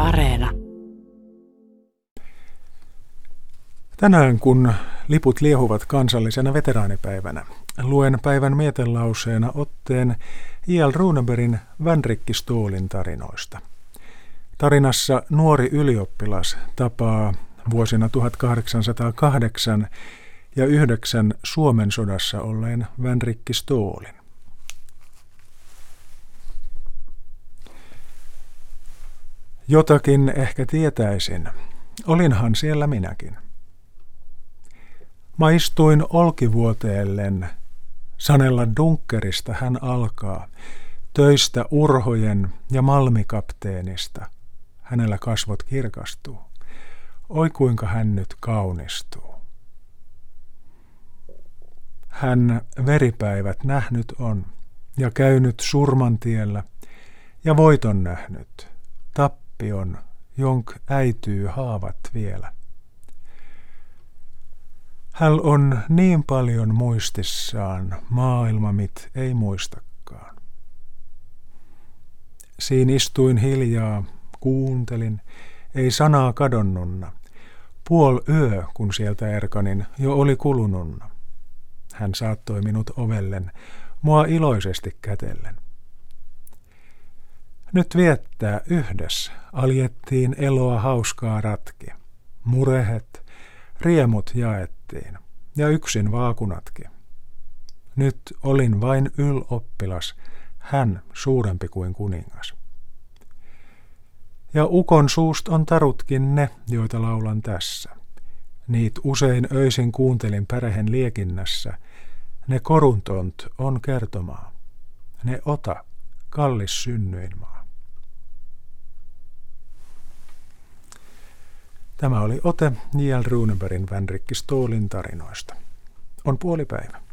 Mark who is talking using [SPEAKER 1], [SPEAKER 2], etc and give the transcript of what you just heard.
[SPEAKER 1] Areena.
[SPEAKER 2] Tänään, kun liput liehuvat kansallisena veteraanipäivänä, luen päivän mietelauseena otteen J.L. Runebergin Vänrikki Stoolin tarinoista. Tarinassa nuori ylioppilas tapaa vuosina 1808 ja 9 Suomen sodassa olleen Vänrikki Stoolin. Jotakin ehkä tietäisin. Olinhan siellä minäkin. Maistuin olkivuoteellen. Sanella dunkkerista hän alkaa. Töistä urhojen ja malmikapteenista. Hänellä kasvot kirkastuu. Oi kuinka hän nyt kaunistuu. Hän veripäivät nähnyt on ja käynyt surmantiellä ja voiton nähnyt, tappion, jonk äityy haavat vielä. Hän on niin paljon muistissaan, maailma mit ei muistakaan. Siin istuin hiljaa, kuuntelin, ei sanaa kadonnunna. Puol yö, kun sieltä erkanin, jo oli kulununna. Hän saattoi minut ovellen, mua iloisesti kätellen. Nyt viettää yhdessä, aljettiin eloa hauskaa ratki. Murehet, riemut jaettiin, ja yksin vaakunatkin. Nyt olin vain yloppilas, hän suurempi kuin kuningas. Ja ukon suust on tarutkin ne, joita laulan tässä. Niit usein öisin kuuntelin pärehen liekinnässä. Ne koruntont on kertomaa. Ne ota, kallis synnyinmaa. Tämä oli ote J.L. Runebergin Vänrikki Stoolin tarinoista. On puolipäivä.